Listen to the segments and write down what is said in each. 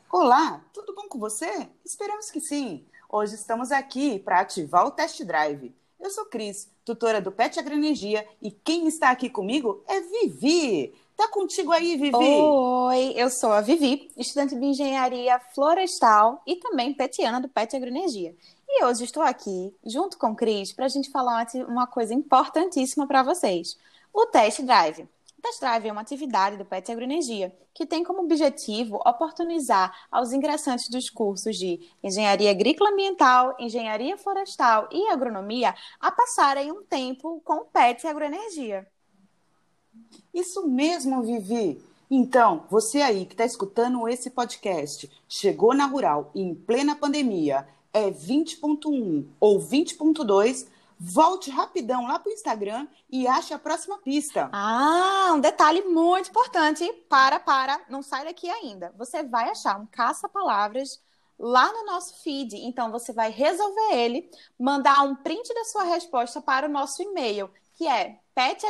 Olá, tudo bom com você? Esperamos que sim. Hoje estamos aqui para ativar o test drive. Eu sou Cris, tutora do Pet Agroenergia, e quem está aqui comigo é Vivi. Tá contigo aí, Vivi? Oi, eu sou a Vivi, estudante de engenharia florestal e também petiana do Pet Agroenergia. E hoje estou aqui, junto com o Cris, para a gente falar uma coisa importantíssima para vocês: o test drive. O test drive é uma atividade do Pet Agroenergia que tem como objetivo oportunizar aos ingressantes dos cursos de engenharia agrícola ambiental, engenharia florestal e agronomia a passarem um tempo com o Pet Agroenergia. Isso mesmo, Vivi. Então, você aí que está escutando esse podcast, chegou na Rural em plena pandemia, é 20.1 ou 20.2, volte rapidão lá para o Instagram e ache a próxima pista. Ah, um detalhe muito importante. Não sai daqui ainda. Você vai achar um caça-palavras lá no nosso feed. Então, você vai resolver ele, mandar um print da sua resposta para o nosso e-mail, que é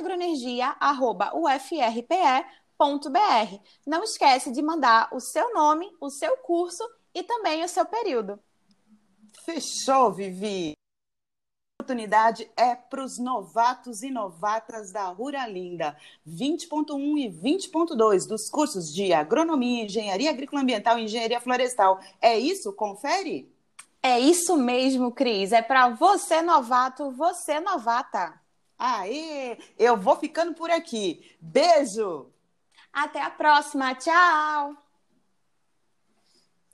petagroenergia@ufrpe.br. Não esquece de mandar o seu nome, o seu curso e também o seu período. Fechou, Vivi. Oportunidade é para os novatos e novatas da Ruralinda, 20.1 e 20.2 dos cursos de agronomia, engenharia agrícola ambiental e engenharia florestal. É isso? Confere? É isso mesmo, Cris. É para você, novato, você, novata. Aê! Eu vou ficando por aqui. Beijo! Até a próxima. Tchau!